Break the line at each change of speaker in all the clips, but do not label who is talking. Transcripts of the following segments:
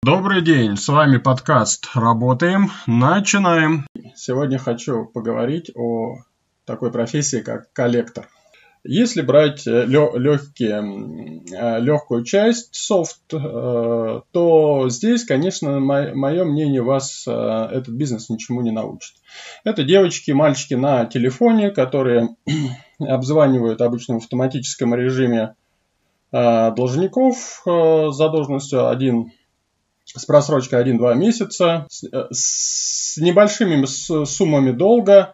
Добрый день, с вами подкаст «Работаем, начинаем». Сегодня хочу поговорить о такой профессии, как коллектор. Если брать легкую часть, софт, то здесь, конечно, мое мнение, вас этот бизнес ничему не научит. Это девочки, мальчики на телефоне, которые обзванивают обычно в автоматическом режиме должников задолженностью с просрочкой 1-2 месяца, с небольшими суммами долга.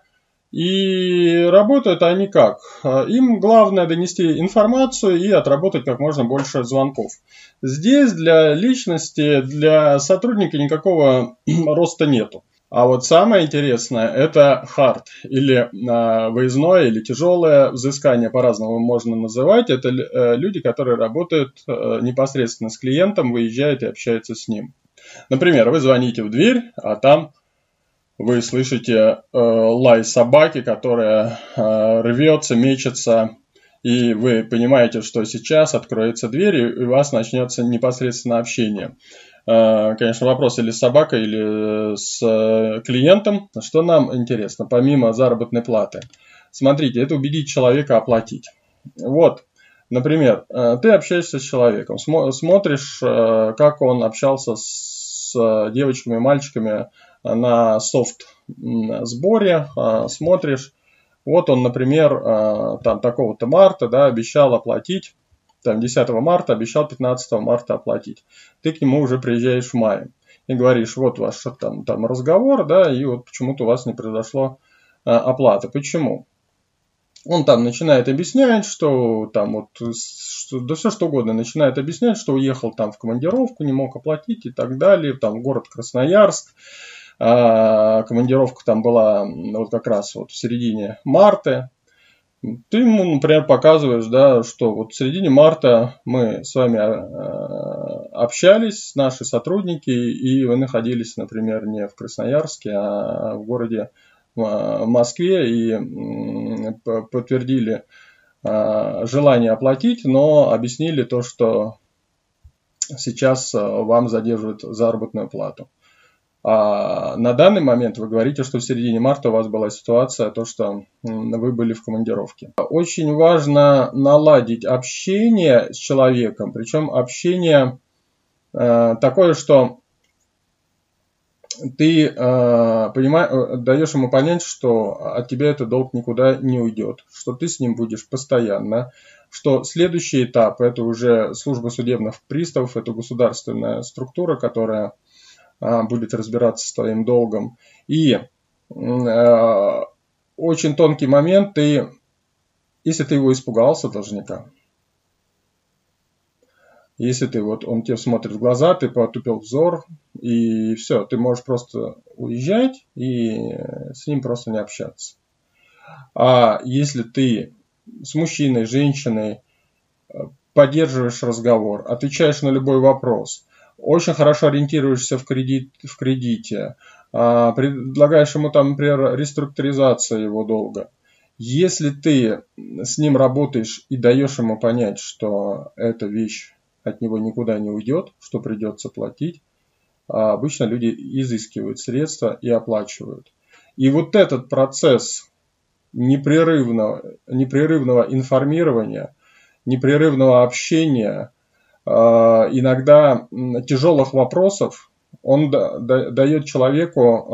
И работают они как? Им главное донести информацию и отработать как можно больше звонков. Здесь для личности, для сотрудника никакого роста нету. А вот самое интересное – это hard, или выездное, или тяжелое взыскание, по-разному можно называть. Это люди, которые работают непосредственно с клиентом, выезжают и общаются с ним. Например, вы звоните в дверь, а там вы слышите лай собаки, которая рвется, мечется, и вы понимаете, что сейчас откроется дверь, и у вас начнется непосредственно общение. Конечно, вопрос или с собакой, или с клиентом. Что нам интересно, помимо заработной платы? Смотрите, это убедить человека оплатить. Вот, например, ты общаешься с человеком, смотришь, как он общался с девочками, мальчиками на софт-сборе, смотришь, вот он, например, там такого-то марта, да, обещал оплатить, там 10 марта обещал 15 марта оплатить. Ты к нему уже приезжаешь в мае и говоришь, вот ваш там разговор, да, и вот почему-то у вас не произошло оплата. Почему? Он там начинает объяснять, что там вот, да все что угодно, начинает объяснять, что уехал там в командировку, не мог оплатить и так далее, там город Красноярск. Командировка там была вот как раз вот в середине марта. Ты ему, например, показываешь, да, что вот в середине марта мы с вами общались, наши сотрудники, и вы находились, например, не в Красноярске, а в городе Москве и подтвердили желание оплатить, но объяснили то, что сейчас вам задерживают заработную плату. А на данный момент вы говорите, что в середине марта у вас была ситуация, то, что вы были в командировке. Очень важно наладить общение с человеком, причем общение такое, что ты даешь ему понять, что от тебя этот долг никуда не уйдет, что ты с ним будешь постоянно, что следующий этап – это уже служба судебных приставов, это государственная структура, которая будет разбираться с твоим долгом. И очень тонкий момент, если ты его испугался, должника, если ты он тебе смотрит в глаза, ты потупил взор, и все, ты можешь просто уезжать и с ним просто не общаться. А если ты с мужчиной, женщиной поддерживаешь разговор, отвечаешь на любой вопрос, очень хорошо ориентируешься в кредите, предлагаешь ему там, например, реструктуризацию его долга. Если ты с ним работаешь и даешь ему понять, что эта вещь от него никуда не уйдет, что придется платить, обычно люди изыскивают средства и оплачивают. И вот этот процесс непрерывного информирования, непрерывного общения, иногда тяжелых вопросов, он дает человеку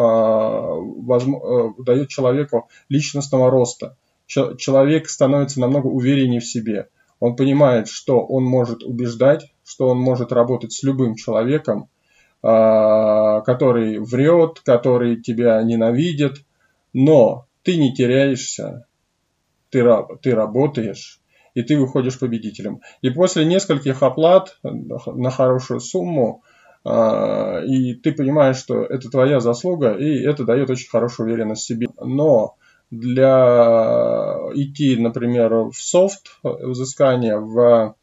личностного роста. Человек становится намного увереннее в себе. Он понимает, что он может убеждать, что он может работать с любым человеком, который врет, который тебя ненавидит, но ты не теряешься, ты работаешь, и ты выходишь победителем. И после нескольких оплат на хорошую сумму, и ты понимаешь, что это твоя заслуга, и это дает очень хорошую уверенность в себе. Но для идти, например, в софт взыскание, в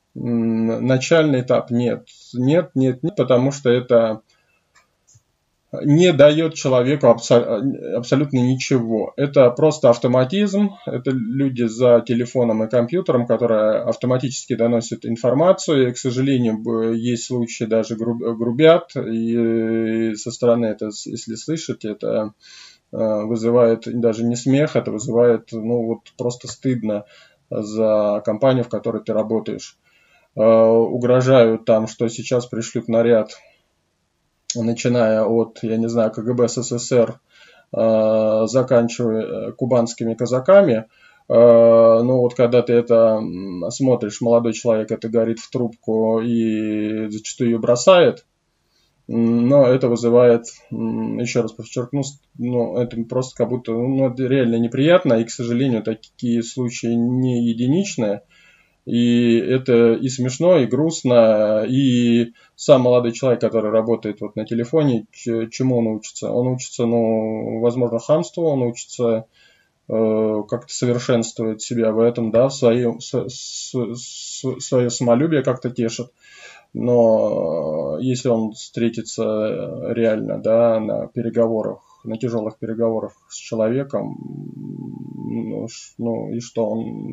начальный этап нет, потому что это не дает человеку абсолютно ничего. Это просто автоматизм, это люди за телефоном и компьютером, которые автоматически доносят информацию, и, к сожалению, есть случаи даже грубят, и со стороны это, если слышите, это вызывает даже не смех, это вызывает, ну вот просто стыдно за компанию, в которой ты работаешь. Угрожают там, что сейчас пришлют наряд, начиная от, я не знаю, КГБ СССР, заканчивая кубанскими казаками. Ну вот когда ты это смотришь, молодой человек это говорит в трубку и зачастую ее бросает, но это вызывает, еще раз подчеркну, ну, это просто как будто, ну, это реально неприятно, и, к сожалению, такие случаи не единичные. И это и смешно, и грустно, и сам молодой человек, который работает вот на телефоне, чему он учится? Он учится, ну, возможно, хамству, он учится как-то совершенствовать себя в этом, да, свое самолюбие как-то тешит. Но если он встретится реально, да, на переговорах, на тяжелых переговорах с человеком, ну и что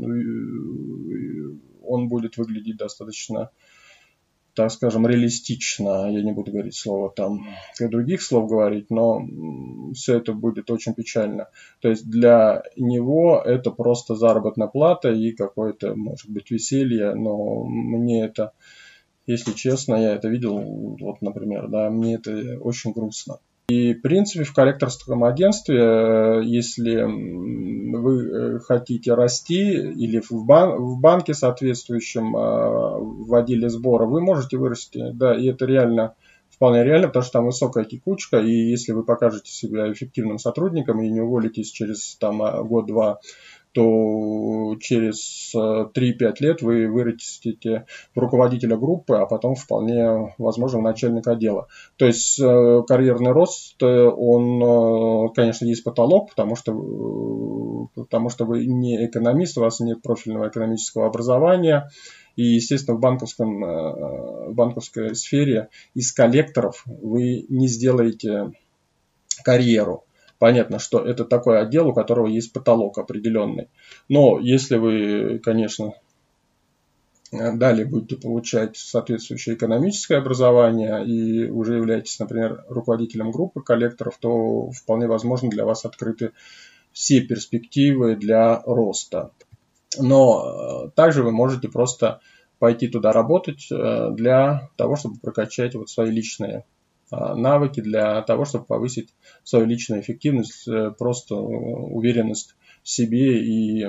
он будет выглядеть достаточно, так скажем, реалистично. Я не буду говорить слово там, других слов говорить, но все это будет очень печально. То есть для него это просто заработная плата и какое-то, может быть, веселье, но мне это, если честно, я это видел, вот, например, да, мне это очень грустно. И, в принципе, в коллекторском агентстве, если вы хотите расти или в банке соответствующем, в отделе сбора, вы можете вырасти, да, и это реально, вполне реально, потому что там высокая текучка, и если вы покажете себя эффективным сотрудником и не уволитесь через там год-два, то через 3-5 лет вы вырастете в руководителя группы, а потом вполне возможно в начальника отдела. То есть карьерный рост, он, конечно, есть потолок, потому что вы не экономист, у вас нет профильного экономического образования. И, естественно, в банковской сфере из коллекторов вы не сделаете карьеру. Понятно, что это такой отдел, у которого есть потолок определенный. Но если вы, конечно, далее будете получать соответствующее экономическое образование и уже являетесь, например, руководителем группы коллекторов, то вполне возможно для вас открыты все перспективы для роста. Но также вы можете просто пойти туда работать для того, чтобы прокачать вот свои личные навыки, для того, чтобы повысить свою личную эффективность, просто уверенность в себе и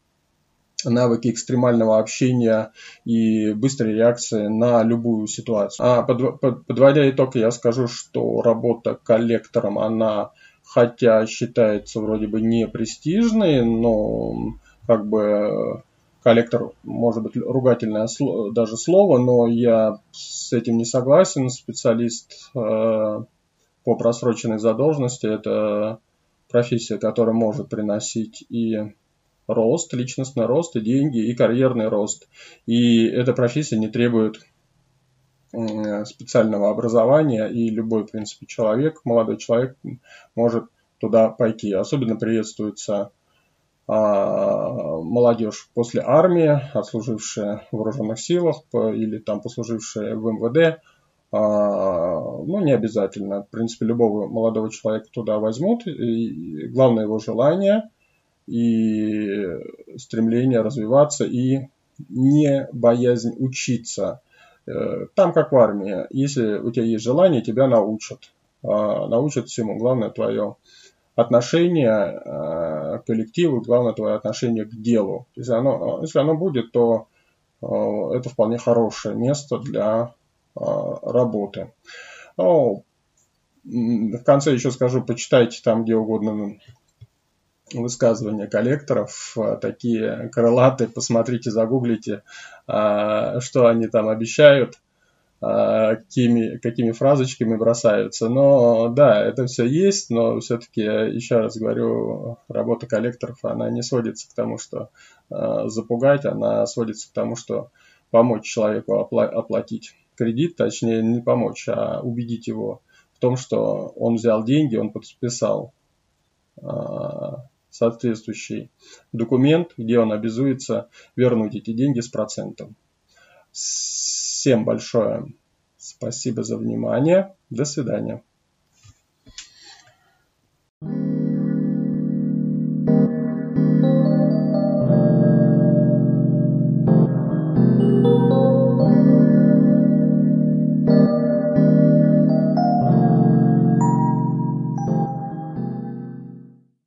навыки экстремального общения и быстрой реакции на любую ситуацию. Подводя итог, я скажу, что работа коллектором, она хотя считается вроде бы не престижной, но как бы коллектор, может быть, ругательное даже слово, но я с этим не согласен. Специалист по просроченной задолженности – это профессия, которая может приносить и рост, личностный рост, и деньги, и карьерный рост. И эта профессия не требует специального образования, и любой, в принципе, человек, молодой человек может туда пойти. Особенно приветствуется молодежь после армии, отслужившая в вооруженных силах или там послужившая в МВД. Ну, не обязательно. В принципе, любого молодого человека туда возьмут. И главное его желание и стремление развиваться и не боязнь учиться. Там, как в армии, если у тебя есть желание, тебя научат. Научат всему. Главное твое отношение к коллективу, главное твое отношение к делу. Если оно будет, то это вполне хорошее место для работы. Ну, в конце еще скажу, почитайте там где угодно высказывания коллекторов, такие крылатые, посмотрите, загуглите, что они там обещают, какими фразочками бросаются. Но да, это все есть, но все-таки, еще раз говорю, работа коллекторов, она не сводится к тому, что запугать, она сводится к тому, что помочь человеку оплатить кредит, точнее не помочь, а убедить его в том, что он взял деньги, он подписал соответствующий документ, где он обязуется вернуть эти деньги с процентом. Всем большое спасибо за внимание. До свидания.